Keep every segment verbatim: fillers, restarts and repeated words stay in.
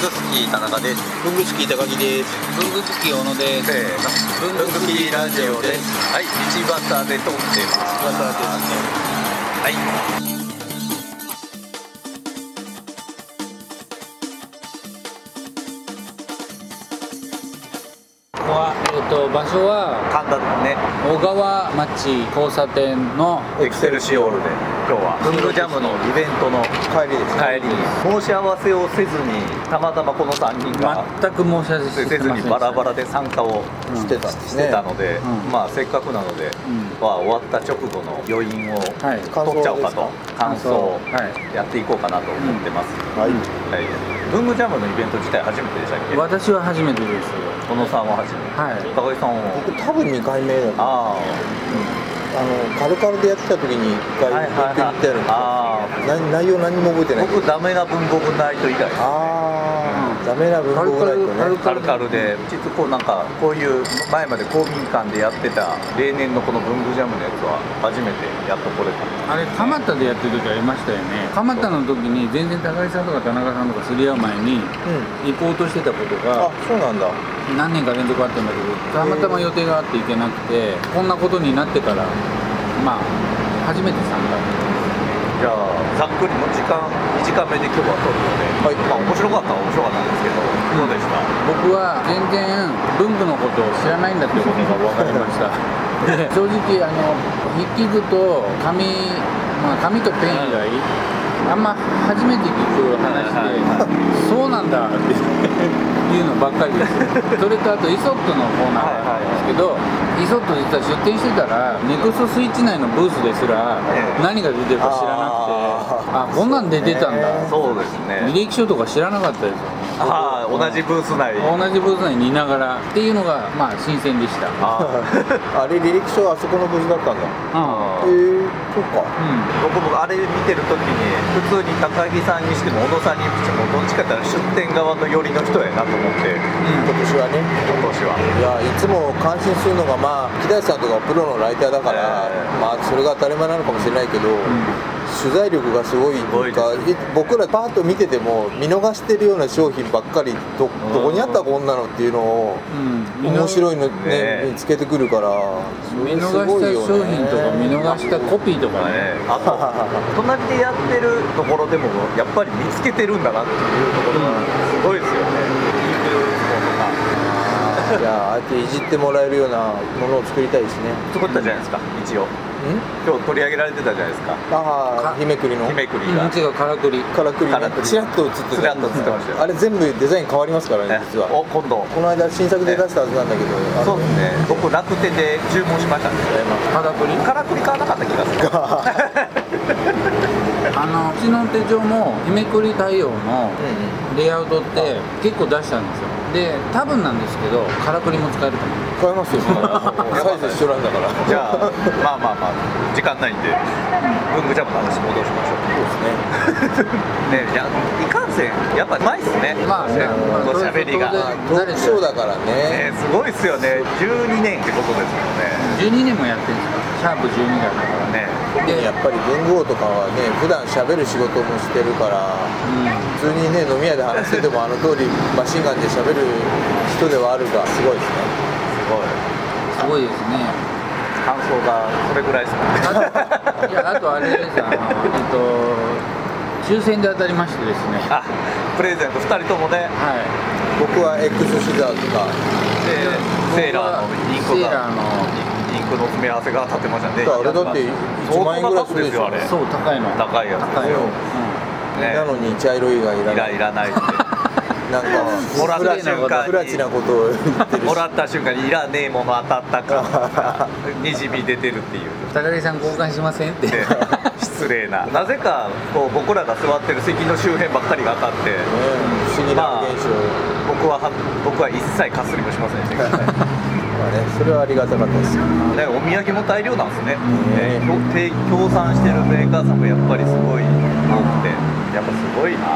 具好き田中です。 文具好き高木です。 文具好き小野です。 せーの、文具好きラジオです。はい、道端で撮ってます。 道端です。 はい。 ここは、えー、と場所は神田ね、 小川町交差点のエクセルシオールで今日は文具ジャムのイベントの帰りです。 帰りに申し合わせをせずにたまたまこのさんにんが全く申し合わせせずにバラバラで参加をしてたんですね。 してたので、 うんまあせっかくなので、 うんまあ終わった直後の余韻をはい取っちゃおうかと、感想をはいやっていこうかなと思ってます。 はい。 はい、文具ジャムのイベント自体初めてでしたっけ？ 私は初めてです。 小野さんは初めて。 はい高木さんは僕多分にかいめだと。 ああのカルカルでやってた時にいっかいやってみたようあな。な内容何も覚えてない。 僕ダメな文房具ナイト以来ああ、ダメな文房具ナイトね。 カルカルで実こうなんかこういう前まで公民館でやってた例年のこの文具ジャムのやつは初めてやっとこれた。 あれ蒲田でやってる時ありましたよね。蒲田の時に全然高井さんとか田中さんとかすり合う前にうん。 行こうとしてたことあが、 そうなんだ。 何年か連続あったんだけど、たまたま予定があって行けなくて、こんなことになってからまあ初めて参加。 じゃあざっくりの時間短めで今日は撮るので、はいまあ、面白かったは面白かったんですけど、どうでした？ 僕は全然文具のことを知らないんだっていうことが分かりましたで正直あの筆記具と紙、まあ、紙とペン以外あんま初めて聞く話でそうなんだっていうのばっかりですそれとあとイソットのコーナーがあるんですけど、イソット実は出店してたらネクストスイッチ内のブースですら何が出てるか知らなくて、あこんなん出てたんだ、 そうですね。 履歴書とか知らなかったですよね。 ああ同じブース内同じブース内にいながらっていうのがまあ新鮮でした。 ああれ履歴書はあそこのブースだったんだ。 あへえ、そっか。 うん僕もあれ見てる時に普通に高木さんにしても小野さんにしてもどっちかって言ったら出店側の寄りの人やなと思って今年はね。 今年はいやいつも感心するのがまあ木田さんとかプロのライターだから、 えーまあそれが当たり前なのかもしれないけど、取材力がすごいというか、い僕らパーッと見てても見逃してるような商品ばっかり ど, どこにあったこんなのっていうのをうん面白いのねね見つけてくるから、それ見逃すごいよした商品とか見ね。 逃したコピーとかね、 あと隣でやってるところでもやっぱり見つけてるんだなっていうところがすごいですよね。 じゃあああやっていじってもらえるようなものを作りたいですね。 作ったじゃないですか一応。 ん今日取り上げられてたじゃないですか。 ああ、日めくりの日めくりがうん、違うからくりからくりねからくりチラッと映ってた。 ちらっと映ってましたよ。 あれ全部デザイン変わりますからね実は。 お今度この間新作で出したはずなんだけど、あのそうですね。僕楽天で注文しましたんで。 からくりからくり買わなかった気がする。 あのうちの手帳も日めくり対応のうんうん、 レイアウトって結構出したんですよ。で多分なんですけどからくりも使えると思う。 買えますよサイズ一緒なんだから。 じゃあまあまあまあ時間ないんで文具ジャムの話戻しましょう。 そうですね。 ねいやいかんせんやっぱうまいっすね。 まあね、まあこう喋りが。 当然トークショーだからね。 ねすごいっすよね。じゅうにねんってことですよね。 じゅうにねんもやってるんですか。シャープじゅうにだからね。 ねでやっぱり文豪とかはね普段喋る仕事もしてるから普通にね飲み屋で話しててもあの通りマシンガンで喋る人ではあるがすごいですね。 すごい。 すごいですね。 感想がそれぐらいですね。 あといやあとあれですあのえっと抽選で当たりましてですね。 あプレゼントふたりともね。 はい。 僕は X シザーズがでセーラーのインクセーがラーのインクの詰め合わせが立ってましたね。 あれだっていちまん円ぐらいするでしょ。 あれそう高いの。 高いやつ高いの。 ねなのに茶色以外いらいない。 らいらないってなんかもらった瞬間不らちなことを言ってるし。 もらった瞬間にいらねえもの当たった感がにじみ出てるっていう高木さん交換しませんって。 で失礼ななぜかこう僕らが座ってる席の周辺ばっかりが当たって、 ね不思議な現象。 僕はは僕は一切かすりもしませんでしたけどね。 まあねそれはありがたかったですよ。 ねお土産も大量なんですね。 ねね協定協賛してるメーカーさんもやっぱりすごい多くてやっぱすごいな。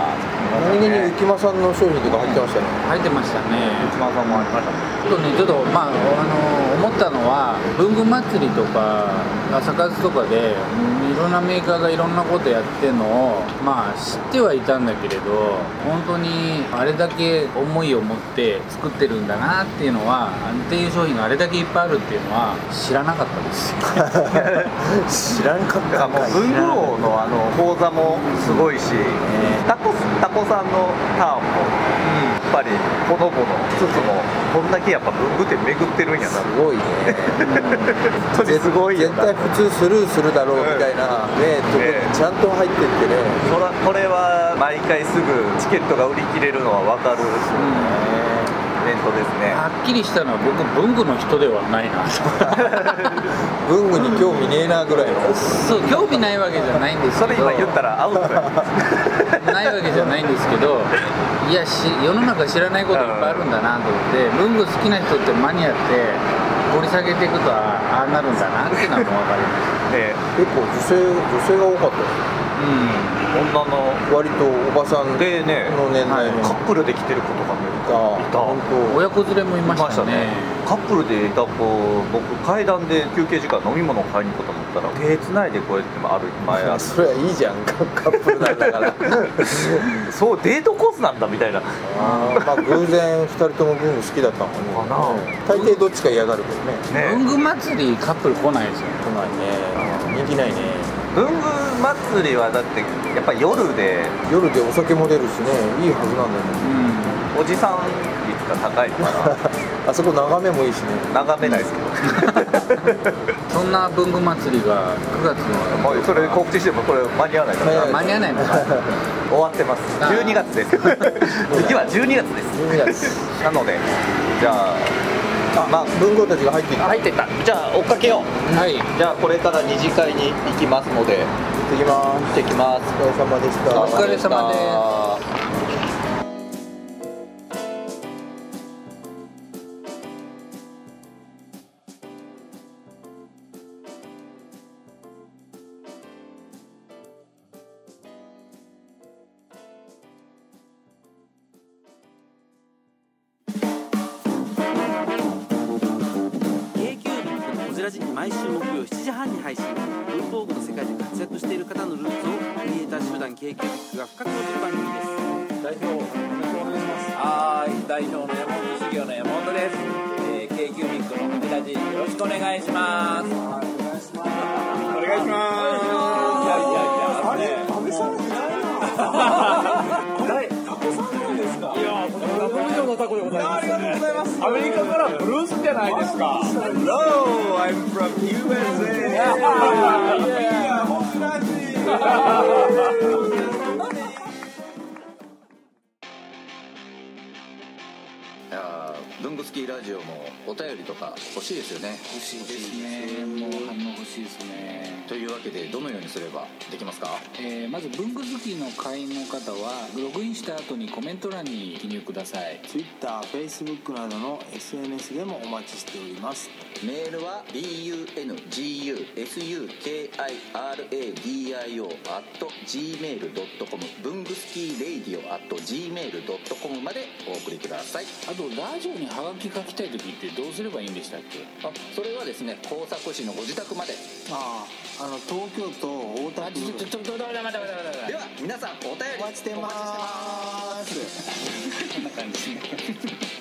何気に浮間さんの商品とか入ってましたね。 入ってましたね。 内間さんもありましたね。 ちょっとね、ちょっとまあ、あの思ったのは文具祭りとか朝活とかでいろんなメーカーがいろんなことやってるのをまあ知ってはいたんだけれど、本当にあれだけ思いを持って作ってるんだなっていうのは、っていう商品があれだけいっぱいあるっていうのは知らなかったです知らんかっただからもう文具王のあの講座もすごいし、タコタコさんのターンもやっぱりほのぼのつつもこんだけやっぱ文具店巡ってるんやな。 すごいね本当にすごいよ絶な。 対普通スルーするだろうみたいな、ねとこにちゃんと入ってってね。 そらこれは毎回すぐチケットが売り切れるのは分かるイベントですね。 はっきりしたのは僕文具の人ではないな文具に興味ねえなぐらいの。 そう興味ないわけじゃないんですけど、 それ今言ったらアウトやないわけじゃないんですけど、いやし世の中知らないこといっぱいあるんだなと思って、文具好きな人ってマニアって掘り下げていくとああなるんだなっていうのはもう分かりましたね。 結構女性女性が多かったです。 女の割とおばさんのでね、 年代のカップルで来てる子とかもいた。 いた本当。 親子連れもいましたね。 カップルでいた子、僕階段で休憩時間飲み物買いに行こうと思ったら手つないでこうやって歩き前歩それはいいじゃん、カップルなんだからそうデートコースなんだみたいな。 あー、まあ、偶然ふたりとも文具好きだったのかな。 大抵どっちか嫌がるけどね。 ね、 文具祭りカップル来ないですよ。 来ないね、人気ないね。 文具祭りはだってやっぱり夜で夜でお酒も出るしね、いいはずなんだよね。 うん、 おじさん率が高いからあそこ眺めもいいしね。 眺めないですけどそんな文具祭りがくがつのもうそれ告知してもこれ間に合わないから間に合わないのか終わってます。じゅうにがつです次はじゅうにがつです。 じゅうにがつなのでじゃああ、まあ、文豪たちが入っていった。 入ってった。じゃあ追っかけよう。 はい、 じゃあこれから二次会に行きますので行ってきます。 行ってきます。 お疲れ様でした。 お疲れ様です。 毎週木曜しちじはんに配信。文房具の世界で活躍している方のルーツをクリエイター集団 ケーキュービックが深く落ちる番組です。 代表よろしくお願いします。はい、代表の山本修行の山本です。えー、ケーキュービックのメラジよろしくお願いします。はい、お願いします。お願いします。いやいやいや、あれ、安倍さんいないな。誰？タコさんなんですか？いや、このタコ以上のタコでございます、ね。ありがとうございます。アメリカからブルースじゃないですか。Hello, I'm from ユーエスエー. Yeah, 本ラジ。 いや文具好きラジオもお便りとか欲しいですよね。 欲しいですね。もう反応欲しいですね。 というわけでどのようにすればできますか？ えー、まず文具好きの会員の方はログインした後にコメント欄に記入ください。 Twitter、Facebook などの エスエヌエス でもお待ちしております。 メールは ブングスキーラジオ アット ジーメールドットコム 文具スキーレイディオ アット ジーメールドットコム までお送りください。 あとラジオにハガキ書きたい時ってどうすればいいんでしたっけ？ あ、それはですね、工作士のご自宅まで。 ああ、あの東京都大田区。 ちょちょちょちょ待って待って待って待って。 では皆さんお便りお待ちしてます。 こんな感じですね